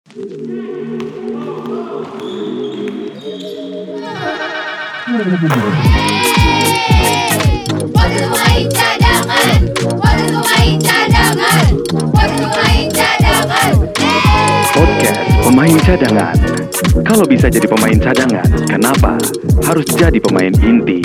Podcast Pemain Cadangan. Kalau bisa jadi pemain cadangan, kenapa harus jadi pemain inti?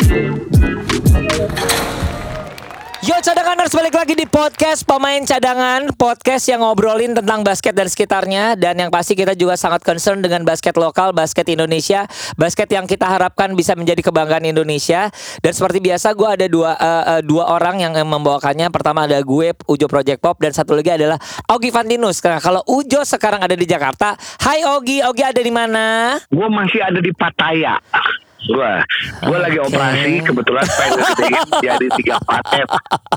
Yo cadanganers, balik lagi di podcast Pemain Cadangan. Podcast yang ngobrolin tentang basket dan sekitarnya. Dan yang pasti kita juga sangat concern dengan basket lokal, basket Indonesia, basket yang kita harapkan bisa menjadi kebanggaan Indonesia. Dan seperti biasa gue ada dua orang yang membawakannya. Pertama ada gue, Ujo Project Pop. Dan satu lagi adalah Ogi Fantinus. Nah, kalau Ujo sekarang ada di Jakarta. Hai Ogi, Ogi ada di mana? Gue masih ada di Pattaya. Gue lagi operasi, kebetulan pengen gedein jadi 34F.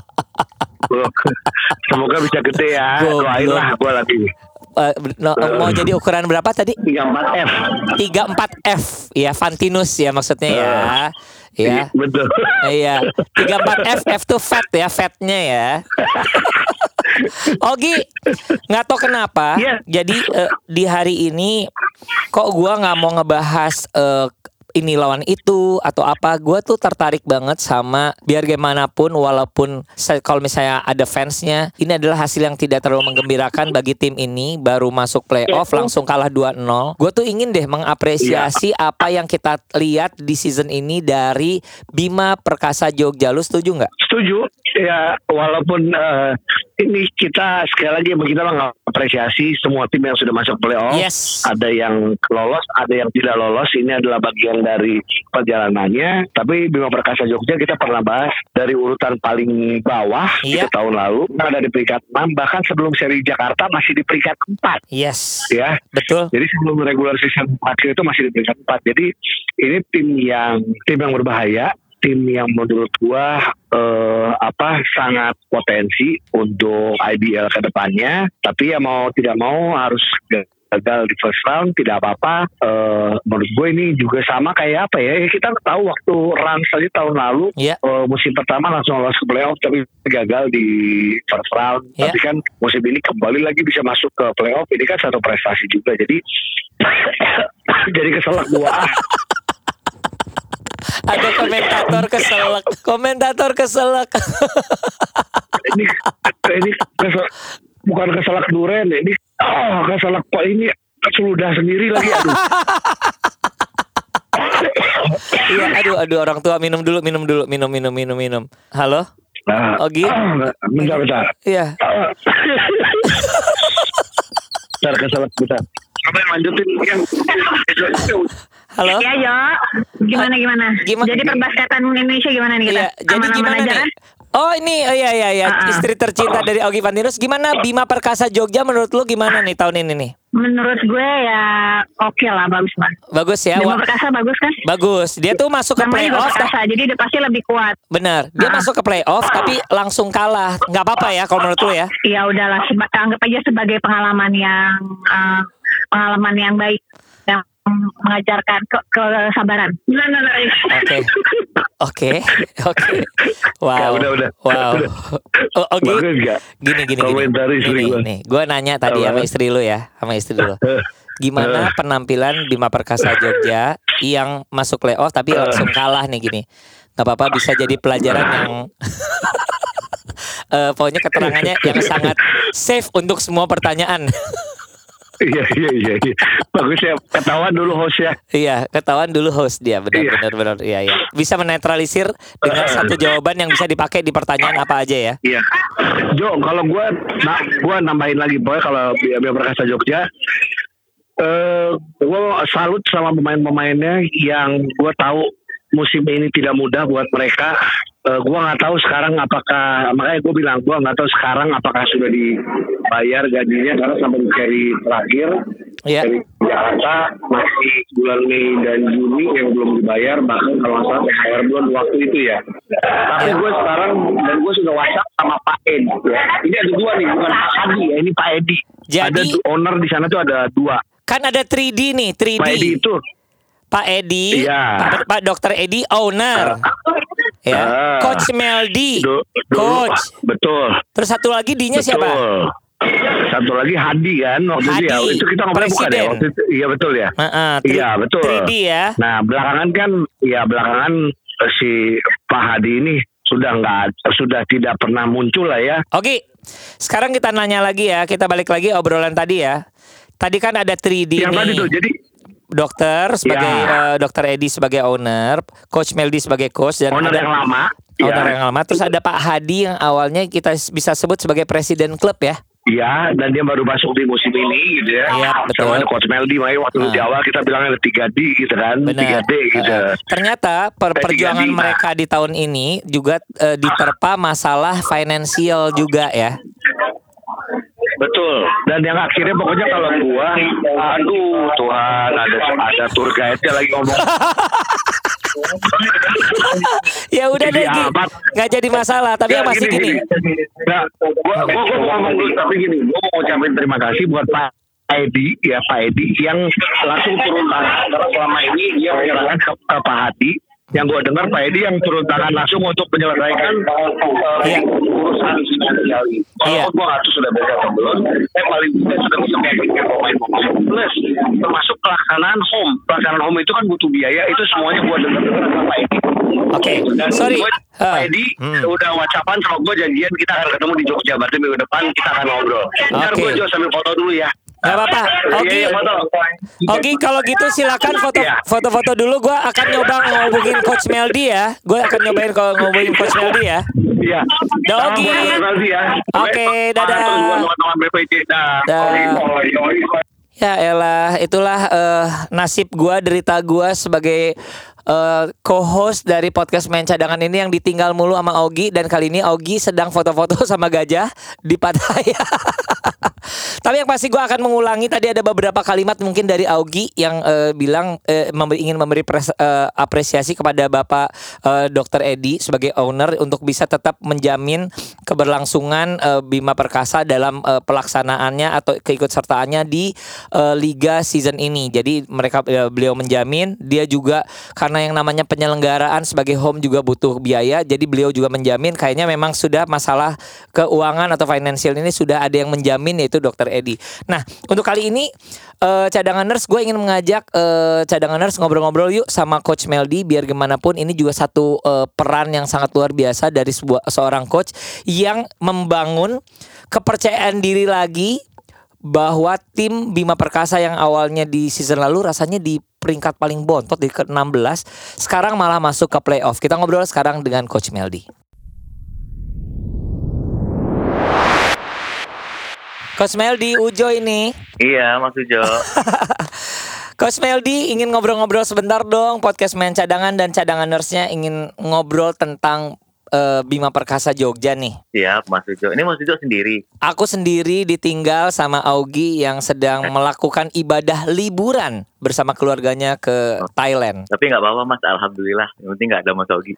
Semoga bisa gede ya. Doain lah gue lagi. Mau jadi ukuran berapa tadi? 34F. 34F. Ya, Fantinus ya maksudnya ya. Ya. Betul. Iya. 34F, F tuh fat ya, fatnya ya. Ogi, nggak tahu kenapa. Yeah. Jadi di hari ini kok gua nggak mau ngebahas ini lawan itu atau apa. Gue tuh tertarik banget sama biar gimana pun, walaupun kalau misalnya ada fansnya, ini adalah hasil yang tidak terlalu menggembirakan bagi tim ini. Baru masuk playoff langsung kalah 2-0. Gue tuh ingin deh mengapresiasi apa yang kita lihat di season ini dari Bima Perkasa Jogja. Lu setuju nggak? Setuju. Ya walaupun ini kita sekali lagi kita mengapresiasi semua tim yang sudah masuk playoff. Yes. Ada yang lolos, ada yang tidak lolos. Ini adalah bagian dari perjalanannya. Tapi Bima Perkasa Jogja kita pernah bahas dari urutan paling bawah 3 tahun lalu. Ada di peringkat 6. Bahkan sebelum seri Jakarta masih di peringkat 4. Yes. Ya. Betul. Jadi sebelum regular season akhir itu masih di peringkat 4. Jadi ini tim yang berbahaya. Tim yang menurut gua sangat potensi untuk IBL ke depannya. Tapi ya mau tidak mau harus gagal di first round tidak apa-apa. Menurut gue ini juga sama kayak apa ya, kita tahu waktu run saja tahun lalu musim pertama langsung lolos ke playoff tapi gagal di first round. Tapi kan musim ini kembali lagi bisa masuk ke playoff, ini kan satu prestasi juga. Jadi jadi keselak gua. Ada komentator keselak. ini bukan keselak duren, ini keselak kok ini seludah sendiri lagi. Iya, aduh orang tua minum dulu. Halo? Ogi? Bentar. Iya. Bentar, keselak bentar. Apa yang lanjutin kan? Halo? Ya, Yo. Gimana? Jadi perbasketan Indonesia gimana nih kita? Iya, jadi gimana nih? Oh ini, istri tercinta dari Ogi Fantinus. Gimana Bima Perkasa Jogja menurut lu gimana nih tahun ini nih? Menurut gue ya oke lah, bagus banget. Bagus ya. Bima Perkasa bagus kan? Bagus. Dia tuh masuk ke playoff. Jadi dia pasti lebih kuat. Benar. Dia masuk ke playoff tapi langsung kalah. Nggak apa-apa ya kalau menurut lu ya? Ya udahlah, anggap aja sebagai pengalaman yang baik, yang mengajarkan kesabaran. Oke. Wow. Udah. Wow. Oke. Gini. Istri gue. Nih, gue nanya tadi sama istri lu. Gimana penampilan Bima Perkasa Jogja yang masuk playoff tapi langsung kalah nih gini? Gak apa-apa, bisa jadi pelajaran yang pokoknya keterangannya yang sangat safe untuk semua pertanyaan. Iya. Bagus ya, ketahuan dulu host ya. Iya, ketahuan dulu host dia, benar. Iya. Bisa menetralisir dengan satu jawaban yang bisa dipakai di pertanyaan apa aja ya. Iya. Jo, kalau gue nambahin lagi, pokoknya kalau Bima Perkasa Jogja, gue salut sama pemain-pemainnya yang gue tahu musim ini tidak mudah buat mereka. Gue nggak tahu sekarang makanya gue bilang gue nggak tahu sekarang apakah sudah dibayar gajinya, karena sampai di seri terakhir dari Jakarta masih bulan Mei dan Juni yang belum dibayar, bahkan kalau nggak salah THR belum waktu itu ya. Tapi gue sekarang dan gue sudah WhatsApp sama Pak Edi. Ya. Ini ada 2 nih, bukan Pak Adi ya, ini Pak Edi. Jadi ada owner di sana tuh ada 2. Kan ada 3D nih, 3D. Pak Edi itu Pak Edi, Pak Dokter Edi, owner. Coach Meldi, coach. Betul. Terus satu lagi D-nya siapa? Satu lagi Hadi kan waktu itu ya. Hadi, Itu kita ngomongin bukan ya presiden. waktu itu. Iya betul ya. Iya betul. 3D ya. Nah belakangan si Pak Hadi ini sudah tidak pernah muncul lah ya. Oke, sekarang kita nanya lagi ya. Kita balik lagi obrolan tadi ya. Tadi kan ada 3D Yang nih. tadi tuh jadi Dokter sebagai Dokter Edi sebagai owner, Coach Meldi sebagai coach, dan owner ada yang lama. owner yang lama. Terus ada Pak Hadi yang awalnya kita bisa sebut sebagai presiden klub ya. Iya, dan dia baru masuk di musim ini gitu ya. Iya, betul. Sama Coach Meldi, waktu di awal kita bilang ada 3D gitu kan. Benar. 3D gitu. Ternyata perjuangan 3D, mereka di tahun ini juga diterpa masalah finansial juga ya. Betul. Dan yang akhirnya pokoknya kalau gua, aduh Tuhan, ada tour guide-nya lagi ngomong. Ya udah deh, nggak jadi masalah. Tapi yang pasti gini. Nah, gua ngomong dulu, tapi gini, gua mau ucapin terima kasih buat Pak Edi yang langsung turun tangan karena selama ini dia menyerahkan ke Pak Hadi. Yang gue dengar Pak Edi yang turun tangan langsung untuk menyelesaikan urusan finansial ini. Walaupun gue nggak tahu sudah beres atau belum, paling tidak sudah bisa memikirkan pemain-pemain. Plus termasuk pelaksanaan home itu kan butuh biaya. Itu semuanya gue dengar sama Pak Edi. Oke, sorry. Pak Edi udah whatsappan sama gue janjian kita akan ketemu di Jogja. Berarti minggu depan kita akan ngobrol. Ntar gue juga sambil foto dulu ya. Gak apa-apa. Oke, kalau gitu silakan foto-foto dulu. Gue akan nyoba ngobongin Coach Meldi ya. Gue akan nyobain kalau ngobongin Coach Meldi ya. Iya. Oke. Oke, dadah. Ya elah, itulah nasib gue, derita gue sebagai co-host dari podcast Main Cadangan ini yang ditinggal mulu sama Augie. Dan kali ini Augie sedang foto-foto sama gajah di Pattaya. Tapi yang pasti gue akan mengulangi, tadi ada beberapa kalimat mungkin dari Augie yang bilang ingin memberi apresiasi kepada Bapak Dr. Edi sebagai owner untuk bisa tetap menjamin keberlangsungan Bima Perkasa dalam pelaksanaannya atau keikutsertaannya di Liga season ini. Jadi beliau menjamin, dia juga karena yang namanya penyelenggaraan sebagai home juga butuh biaya, jadi beliau juga menjamin. Kayaknya memang sudah masalah keuangan atau financial ini sudah ada yang menjamin, yaitu Dr. Edi. Nah, untuk kali ini Cadanganers, gue ingin mengajak Cadanganers ngobrol-ngobrol yuk sama Coach Meldi. Biar gimana pun ini juga satu peran yang sangat luar biasa dari seorang coach yang membangun kepercayaan diri lagi, bahwa tim Bima Perkasa yang awalnya di season lalu rasanya di peringkat paling bontot di ke-16, sekarang malah masuk ke playoff. Kita ngobrol sekarang dengan Coach Meldi. Coach Meldi, Ujo ini. Iya, Mas Ujo. Coach Meldi ingin ngobrol-ngobrol sebentar dong. Podcast Main Cadangan dan Cadanganersnya ingin ngobrol tentang Bima Perkasa Jogja nih. Siap, Mas Ujo. Ini Mas Ujo sendiri? Aku sendiri, ditinggal sama Augie yang sedang melakukan ibadah liburan bersama keluarganya ke Thailand. Tapi nggak apa-apa Mas, alhamdulillah. Yang penting nggak ada Mas Augie.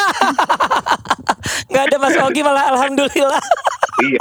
Nggak ada Mas Augie malah alhamdulillah. Iya.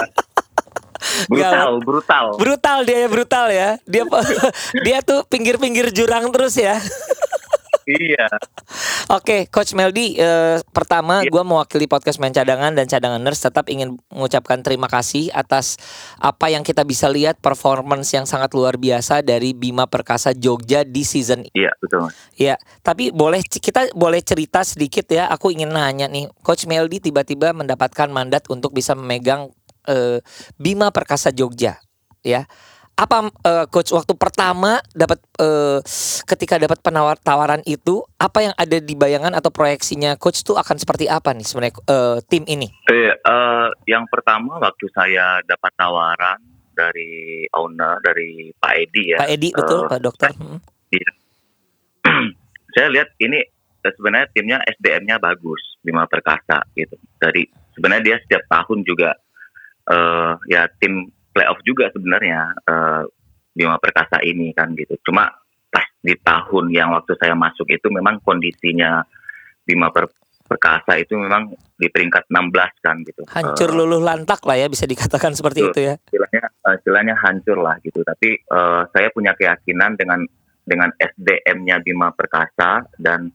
Brutal ya. Dia tuh pinggir-pinggir jurang terus ya. Iya. Oke, Coach Meldi, pertama gue mewakili podcast Main Cadangan dan Cadanganers tetap ingin mengucapkan terima kasih atas apa yang kita bisa lihat, performance yang sangat luar biasa dari Bima Perkasa Jogja di season ini. Iya, betul Mas. Iya, tapi kita boleh cerita sedikit ya. Aku ingin nanya nih, Coach Meldi tiba-tiba mendapatkan mandat untuk bisa memegang Bima Perkasa Jogja, ya. Apa Coach waktu pertama ketika dapat tawaran itu, apa yang ada di bayangan atau proyeksinya Coach tuh akan seperti apa nih sebenarnya tim ini? Yang pertama waktu saya dapat tawaran dari owner, dari Pak Edi ya. Pak Edi, betul Pak Dokter. Iya. Saya lihat ini sebenarnya timnya SDM-nya bagus, Bima Perkasa gitu. Sebenarnya dia setiap tahun juga ya tim playoff juga sebenarnya Bima Perkasa ini kan gitu. Cuma pas di tahun yang waktu saya masuk itu memang kondisinya Bima Perkasa itu memang di peringkat 16 kan gitu. Hancur luluh lantak lah ya, bisa dikatakan seperti itu ya. Istilahnya hancur lah gitu. Tapi saya punya keyakinan dengan SDM-nya Bima Perkasa dan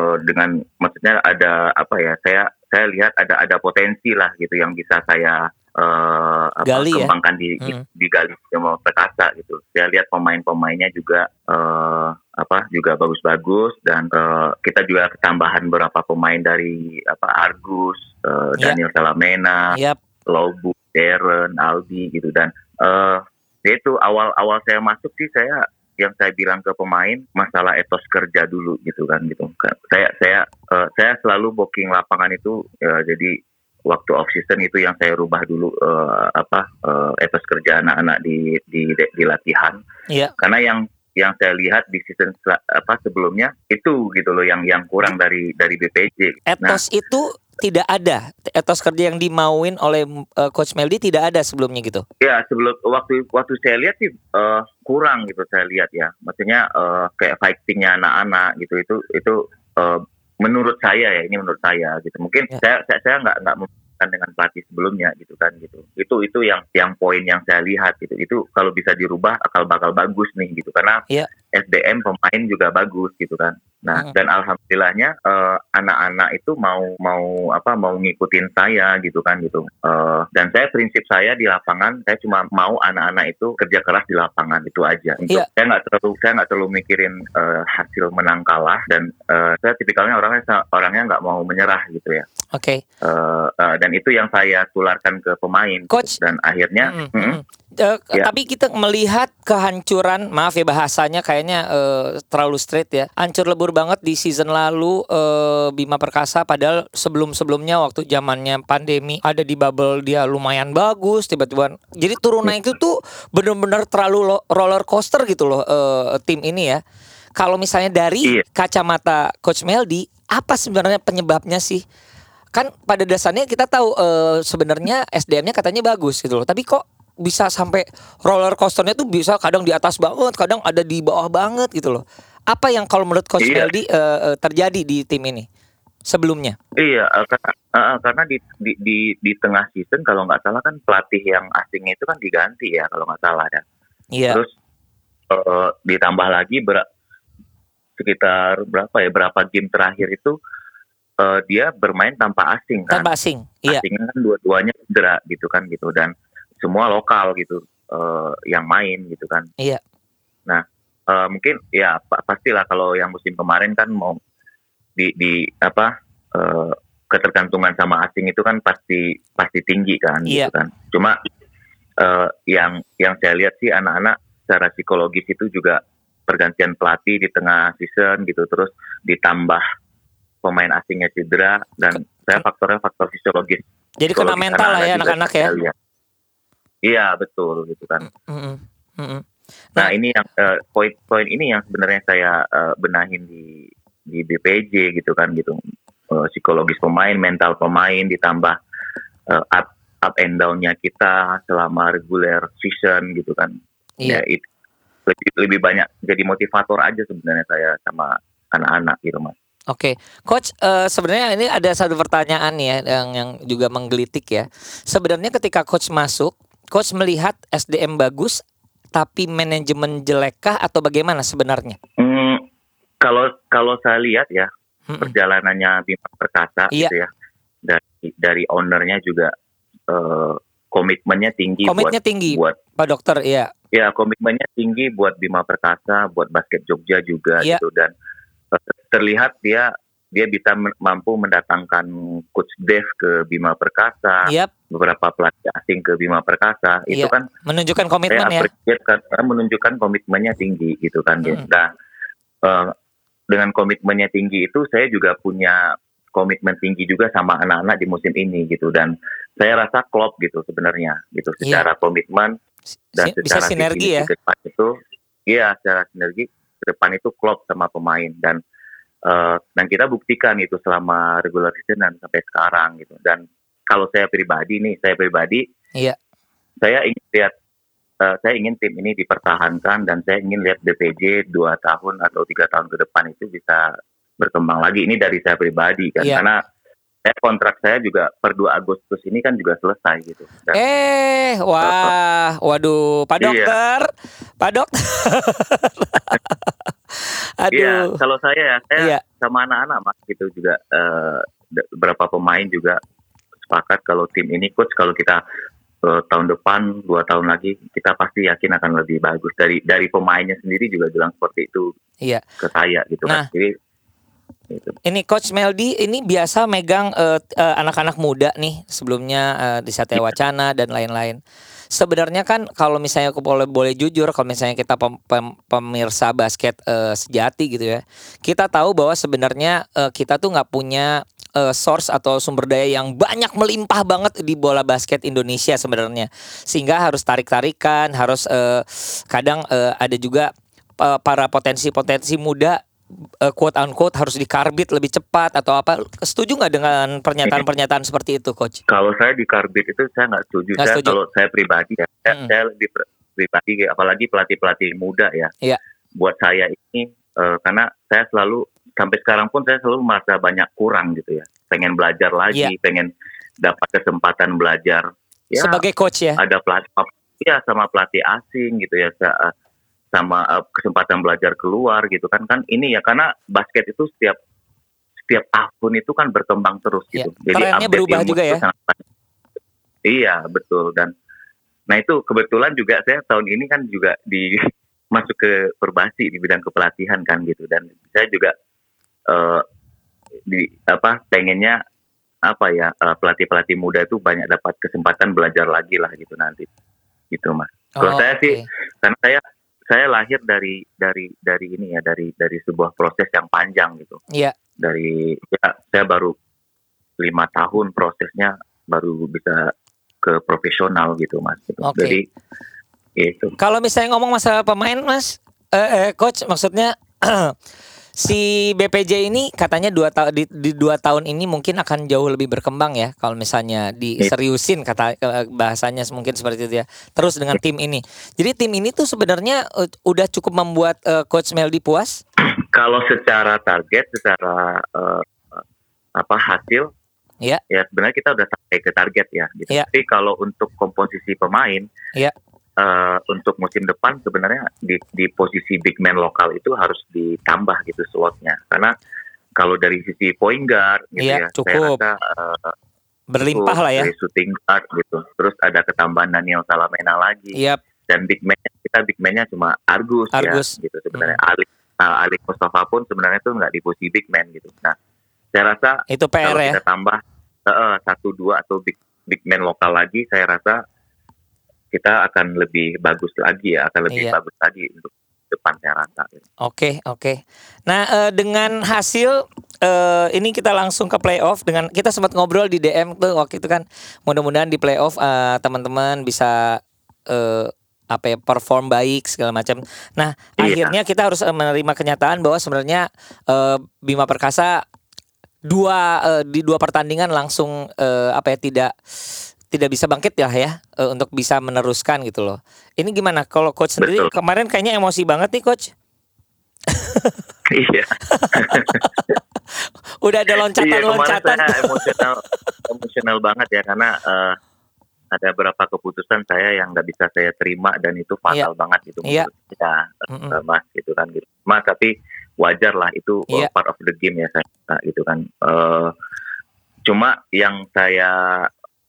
dengan maksudnya ada apa ya, saya lihat ada potensi lah gitu yang bisa saya Gali ya? kembangkan di Gali Bima Perkasa gitu. Saya lihat pemain-pemainnya juga juga bagus-bagus, dan kita juga ketambahan beberapa pemain dari Argus, Daniel Salamena, Lobu, Darren, Aldi gitu. Dan itu awal saya masuk sih, yang saya bilang ke pemain, masalah etos kerja dulu gitu kan gitu. Saya selalu booking lapangan itu, jadi waktu off season itu yang saya rubah dulu etos kerja anak-anak di latihan. Karena yang saya lihat di season sebelumnya itu gitu loh yang kurang dari BPJ. Etos itu tidak ada, etos kerja yang dimauin oleh Coach Meldy tidak ada sebelumnya gitu. Ya, sebelum waktu saya lihat sih kurang gitu, saya lihat ya. Maksudnya kayak fightingnya anak-anak gitu, itu menurut saya gitu. Mungkin saya nggak membandingkan dengan pelatih sebelumnya gitu kan gitu. Itu yang poin yang saya lihat gitu. Itu kalau bisa dirubah bakal bagus nih gitu, karena SDM pemain juga bagus gitu kan. Nah, dan alhamdulillahnya anak-anak itu mau ngikutin saya gitu kan gitu. Dan prinsip saya di lapangan, saya cuma mau anak-anak itu kerja keras di lapangan, itu aja. Saya nggak terlalu mikirin hasil menang kalah, dan saya tipikalnya orangnya nggak mau menyerah gitu ya. Oke. Dan itu yang saya tularkan ke pemain. Coach, gitu. Dan akhirnya tapi kita melihat kehancuran, maaf ya bahasanya kayaknya terlalu straight ya, hancur lebur banget di season lalu Bima Perkasa, padahal sebelum-sebelumnya waktu zamannya pandemi ada di bubble dia lumayan bagus, tiba-tiba jadi turun naik itu tuh benar-benar terlalu roller coaster gitu loh tim ini ya. Kalau misalnya dari kacamata Coach Meldy, apa sebenarnya penyebabnya sih? Kan pada dasarnya kita tahu sebenarnya SDM-nya katanya bagus gitu loh, tapi kok bisa sampai roller coasternya tuh bisa kadang di atas banget, kadang ada di bawah banget gitu loh. Apa yang kalau menurut Coach Meldy terjadi di tim ini sebelumnya? Iya, karena di tengah season kalau nggak salah kan pelatih yang asingnya itu kan diganti ya kalau nggak salah ya. Iya. Terus ditambah lagi sekitar berapa game terakhir itu dia bermain tanpa asing kan. Tanpa asing, iya. Asingnya kan dua-duanya cedera gitu kan gitu, dan semua lokal gitu yang main gitu kan. Iya. Nah, mungkin ya pastilah kalau yang musim kemarin kan mau ketergantungan sama asing itu kan pasti tinggi kan gitu kan. Cuma yang saya lihat sih anak-anak secara psikologis itu juga pergantian pelatih di tengah season gitu, terus ditambah pemain asingnya cedera, dan saya faktor fisiologis. Jadi kena mental lah ya anak-anak ya. Iya betul gitu kan. Nah ini yang poin ini yang sebenarnya saya benahin di BPJ gitu kan gitu. Psikologis pemain, mental pemain, ditambah up and down-nya kita selama regular season gitu kan. Iya. Ya, lebih banyak jadi motivator aja sebenarnya saya sama anak-anak gitu mas. Oke, Coach, sebenarnya ini ada satu pertanyaan ya yang juga menggelitik ya. Sebenarnya ketika Coach masuk, Coach melihat SDM bagus, tapi manajemen jelekkah atau bagaimana sebenarnya? Kalau saya lihat ya perjalanannya Bima Perkasa gitu ya, dari ownernya juga komitmennya tinggi. Buat Pak Dokter, iya. Ya, komitmennya tinggi buat Bima Perkasa, buat basket Jogja juga gitu, dan terlihat dia bisa mampu mendatangkan Coach Dev ke Bima Perkasa, beberapa pelatih asing ke Bima Perkasa, itu kan menunjukkan komitmen ya. Karena menunjukkan komitmennya tinggi gitu kan. Nah, dengan komitmennya tinggi itu saya juga punya komitmen tinggi juga sama anak-anak di musim ini gitu, dan saya rasa klop gitu sebenarnya gitu secara komitmen dan secara sinergi ya. Ke depan itu, secara sinergi ke depan itu klop sama pemain, dan kita buktikan itu selama regular season dan sampai sekarang gitu. Dan kalau saya pribadi saya ingin tim ini dipertahankan, dan saya ingin lihat BPJ 2 tahun atau 3 tahun ke depan itu bisa berkembang lagi. Ini dari saya pribadi kan, karena kontrak saya juga per 2 Agustus ini kan juga selesai gitu. Dan, waduh, Pak Dokter, Pak Dokter. Aduh. Iya, kalau saya sama anak-anak mas gitu juga beberapa pemain juga sepakat kalau tim ini coach, kalau kita tahun depan, 2 tahun lagi kita pasti yakin akan lebih bagus. Dari pemainnya sendiri juga bilang seperti itu ke saya gitu kan. Jadi gitu. Ini Coach Meldy ini biasa megang anak-anak muda nih sebelumnya di Satya Wacana dan lain-lain. Sebenarnya kan kalau misalnya aku boleh jujur, kalau misalnya kita pemirsa basket sejati gitu ya, kita tahu bahwa sebenarnya kita tuh nggak punya source atau sumber daya yang banyak melimpah banget di bola basket Indonesia sebenarnya, sehingga harus tarik-tarikan, harus kadang ada juga para potensi muda quote unquote harus dikarbit lebih cepat atau apa. Setuju nggak dengan pernyataan seperti itu, Coach? Kalau saya dikarbit itu saya nggak setuju. Kalau saya pribadi ya, saya lebih pribadi, apalagi pelatih muda ya. Buat saya ini karena saya selalu sampai sekarang pun saya selalu merasa banyak kurang gitu ya. Pengen belajar lagi, pengen dapat kesempatan belajar. Ya, sebagai coach ya. Ada pelatih sama pelatih asing gitu ya. Sama kesempatan belajar keluar gitu kan ini ya, karena basket itu setiap tahun itu kan berkembang terus gitu. Jadi trennya berubah juga ya. Iya betul, dan nah itu kebetulan juga saya tahun ini kan juga masuk ke Perbasi di bidang kepelatihan kan gitu, dan saya juga pengennya pelatih muda itu banyak dapat kesempatan belajar lagi lah gitu nanti gitu Mas. Kalau saya sih karena saya lahir dari ini ya, dari sebuah proses yang panjang gitu. Saya baru 5 tahun prosesnya baru bisa ke profesional gitu Mas. Jadi itu. Kalau misalnya ngomong masalah pemain Mas, Coach, maksudnya si BPJ ini katanya 2 tahun ini mungkin akan jauh lebih berkembang ya, kalau misalnya diseriusin kata bahasanya mungkin seperti itu ya. Terus dengan tim ini. Jadi tim ini tuh sebenarnya udah cukup membuat Coach Meldy puas? Kalau secara target, secara hasil ya sebenarnya kita udah sampai ke target ya gitu. Tapi kalau untuk komposisi pemain untuk musim depan sebenarnya di posisi big man lokal itu harus ditambah gitu slotnya, karena kalau dari sisi point guard gitu cukup. saya rasa berlimpah lah ya, dari shooting guard gitu, terus ada ketambahan Daniel Salamena lagi, dan big man-nya cuma Argus ya gitu sebenarnya. Ali Mustafa pun sebenarnya tuh nggak di posisi big man gitu. Nah saya rasa itu PR kalau ya, kita tambah 1-2 atau big man lokal lagi, saya rasa kita akan lebih bagus lagi ya, akan lebih bagus lagi untuk depan saya rasa. Oke. Nah dengan hasil ini kita langsung ke playoff. Dengan kita sempat ngobrol di DM tuh waktu itu kan, mudah-mudahan di playoff teman-teman bisa perform baik segala macam. Nah akhirnya kita harus menerima kenyataan bahwa sebenarnya Bima Perkasa di 2 pertandingan langsung tidak bisa bangkit ya untuk bisa meneruskan gitu loh. Ini gimana kalau Coach sendiri? Kemarin kayaknya emosi banget nih Coach. Iya. Udah ada loncatan-loncatan. Saya emosional banget ya, karena ada beberapa keputusan saya yang nggak bisa saya terima dan itu fatal banget gitu menurut kita, Mas gitu kan gitu. Mas tapi wajar lah itu part of the game ya saya gitu kan. Cuma yang saya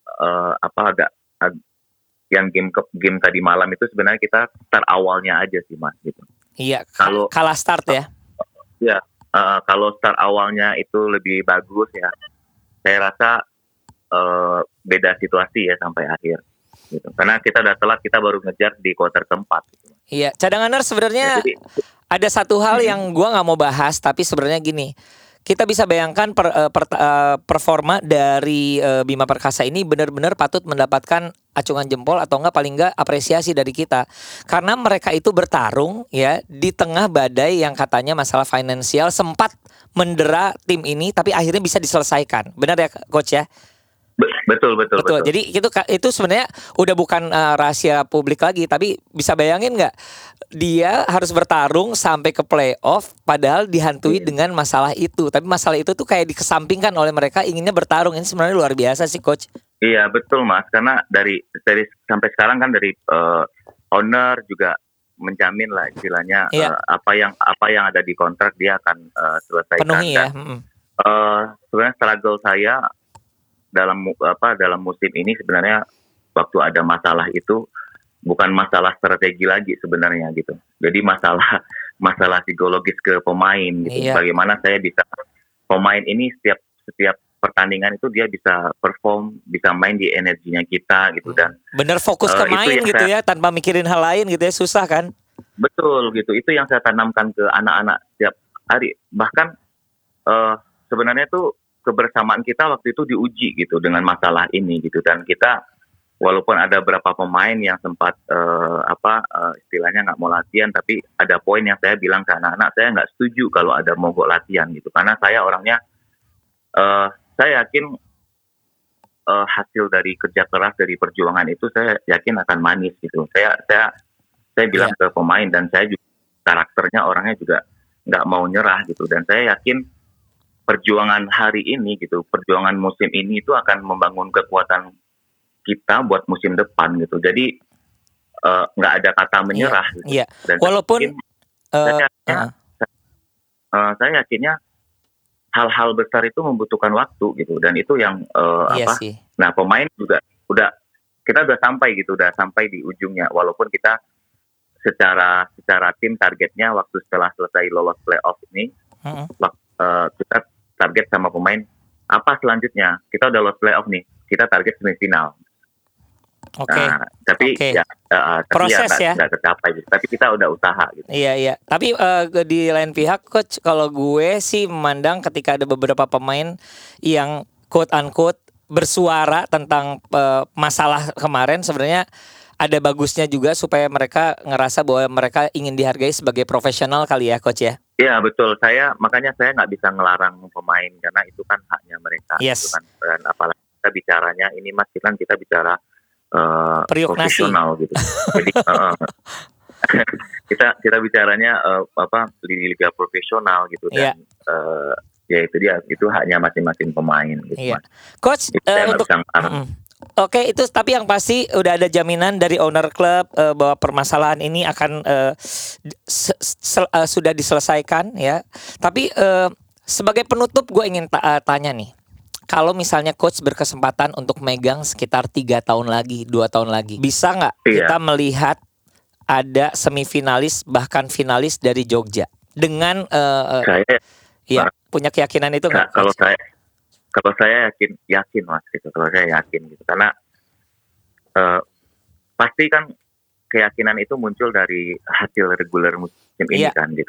yang game tadi malam itu sebenarnya kita start awalnya aja sih Mas gitu. Iya, kalau kalah start ya. Iya, kalau start awalnya itu lebih bagus ya. Saya rasa beda situasi ya sampai akhir gitu. Karena kita udah telat, kita baru ngejar di kuarter keempat gitu. Iya, cadanganers sebenarnya ada satu hal yang gua nggak mau bahas, tapi sebenarnya gini. Kita bisa bayangkan performa dari Bima Perkasa ini benar-benar patut mendapatkan acungan jempol atau paling enggak apresiasi dari kita. Karena mereka itu bertarung ya di tengah badai yang katanya masalah finansial sempat mendera tim ini, tapi akhirnya bisa diselesaikan. Benar ya Coach ya? Betul. Jadi itu sebenarnya udah bukan rahasia publik lagi, tapi bisa bayangin nggak dia harus bertarung sampai ke playoff padahal dihantui dengan masalah itu, tapi masalah itu tuh kayak dikesampingkan oleh mereka, inginnya bertarung. Ini sebenarnya luar biasa sih Coach. Iya betul Mas, karena dari sampai sekarang kan dari owner juga menjamin lah istilahnya apa yang ada di kontrak dia akan selesaikan. Penuhi ya. Sebenarnya struggle saya dalam musim ini sebenarnya waktu ada masalah itu bukan masalah strategi lagi sebenarnya gitu. Jadi masalah psikologis ke pemain gitu. Iya. Bagaimana saya bisa pemain ini setiap pertandingan itu dia bisa perform, bisa main di energinya kita gitu, dan bener fokus ke main gitu ya, tanpa mikirin hal lain gitu ya, susah kan? Betul gitu. Itu yang saya tanamkan ke anak-anak setiap hari. Bahkan sebenarnya tuh kebersamaan kita waktu itu diuji gitu dengan masalah ini gitu, dan kita walaupun ada beberapa pemain yang sempat istilahnya nggak mau latihan, tapi ada poin yang saya bilang ke anak-anak, saya nggak setuju kalau ada mogok latihan gitu, karena saya orangnya saya yakin hasil dari kerja keras, dari perjuangan itu saya yakin akan manis gitu. Saya bilang ke pemain, dan saya juga karakternya orangnya juga nggak mau nyerah gitu, dan saya yakin perjuangan hari ini gitu, perjuangan musim ini itu akan membangun kekuatan kita buat musim depan gitu. Jadi nggak ada kata menyerah gitu. Iya. Dan walaupun saya yakinnya hal-hal besar itu membutuhkan waktu gitu, dan itu yang sih. Nah, pemain juga kita udah sampai di ujungnya, walaupun kita secara tim targetnya waktu setelah selesai lolos playoff ini, kita target sama pemain apa selanjutnya, kita udah lolos playoff nih, kita target semifinal. Tapi proses nggak tercapai gitu. Tapi kita udah usaha gitu. Iya. Tapi di lain pihak, coach, kalau gue sih memandang ketika ada beberapa pemain yang quote unquote bersuara tentang masalah kemarin, sebenarnya ada bagusnya juga supaya mereka ngerasa bahwa mereka ingin dihargai sebagai profesional kali ya, coach ya. Iya betul. Makanya saya nggak bisa ngelarang pemain, karena itu kan haknya mereka. Yes. Gitu kan. Dan apalagi kita bicaranya ini, Mas, kan kita bicara profesional gitu. Jadi kita bicaranya di liga profesional gitu, dan ya itu dia, itu haknya masing-masing pemain gitu. Iya. Mas. Coach, untuk Oke, itu tapi yang pasti udah ada jaminan dari owner klub bahwa permasalahan ini akan sudah diselesaikan ya. Tapi sebagai penutup gue ingin tanya nih. Kalau misalnya coach berkesempatan untuk megang sekitar 3 tahun lagi, 2 tahun lagi, bisa nggak kita melihat ada semifinalis bahkan finalis dari Jogja dengan punya keyakinan itu nggak? Kalau saya yakin Mas gitu. Kalau saya yakin gitu, karena pasti kan keyakinan itu muncul dari hasil reguler musim ini kan gitu.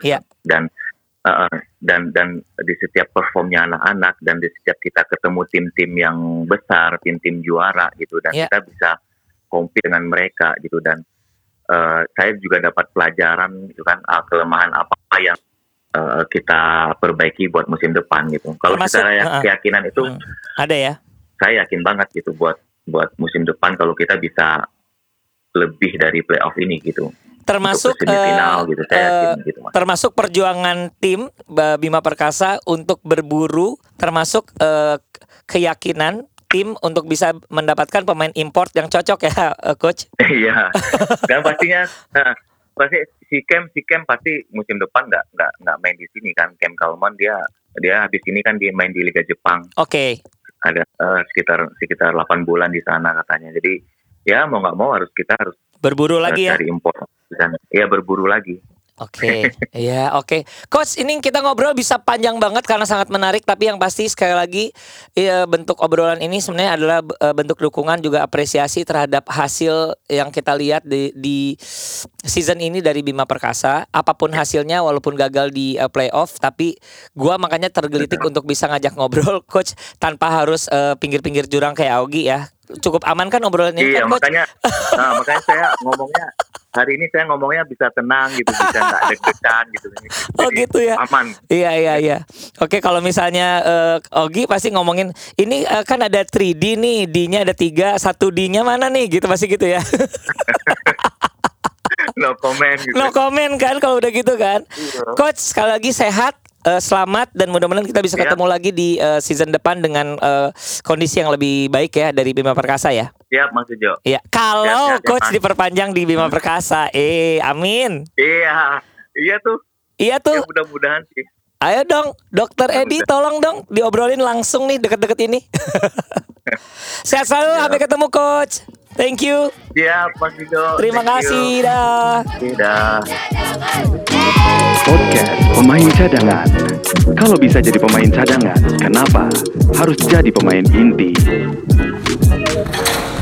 Dan di setiap performnya anak-anak, dan di setiap kita ketemu tim-tim yang besar, tim-tim juara gitu, dan kita bisa compete dengan mereka gitu, dan saya juga dapat pelajaran gitu kan, kelemahan apa yang kita perbaiki buat musim depan gitu. Kalau secara keyakinan itu ada ya. Saya yakin banget gitu buat musim depan kalau kita bisa lebih dari playoff ini gitu. Termasuk semifinal gitu, saya yakin gitu, Mas. Termasuk perjuangan tim Bima Perkasa untuk berburu, termasuk keyakinan tim untuk bisa mendapatkan pemain import yang cocok ya, coach. Iya. Dan pastinya pasti si Kem pasti musim depan nggak main di sini kan. Kem Kalman dia habis ini kan dia main di Liga Jepang. Oke. Ada sekitar 8 bulan di sana katanya. Jadi ya mau nggak mau kita harus berburu lagi ya. Cari impor. Iya, berburu lagi. Oke. Oke. Coach, ini kita ngobrol bisa panjang banget karena sangat menarik, tapi yang pasti sekali lagi bentuk obrolan ini sebenarnya adalah bentuk dukungan juga apresiasi terhadap hasil yang kita lihat di season ini dari Bima Perkasa. Apapun hasilnya, walaupun gagal di playoff, tapi gua makanya tergelitik untuk bisa ngajak ngobrol coach tanpa harus pinggir-pinggir jurang kayak Augie ya. Cukup aman kan obrolan ini kan, coach? Makanya saya ngomongnya hari ini bisa tenang gitu, bisa nggak deg-degan gitu. Oh gitu ya. Aman. Iya. Oke, kalau misalnya Ogi pasti ngomongin ini kan ada 3D nih, D-nya ada 3, 1 D-nya mana nih gitu, pasti gitu ya. No comment gitu. No comment kan kalau udah gitu kan. Coach, sekali lagi sehat. Selamat, dan mudah-mudahan kita bisa ketemu lagi di season depan dengan kondisi yang lebih baik ya dari Bima Perkasa ya. Siap, Mas Ujo. Iya, kalau coach diperpanjang di Bima Perkasa, amin. Iya tuh. Ya, mudah-mudahan sih. Ayo dong, Dokter Edi, tolong dong diobrolin langsung nih deket-deket ini. Sehat selalu, sampai ketemu coach. Thank you. Siap, Mas Vigo. Terima kasih, dah. Dah. Podcast Pemain Cadangan. Kalau bisa jadi pemain cadangan, kenapa harus jadi pemain inti?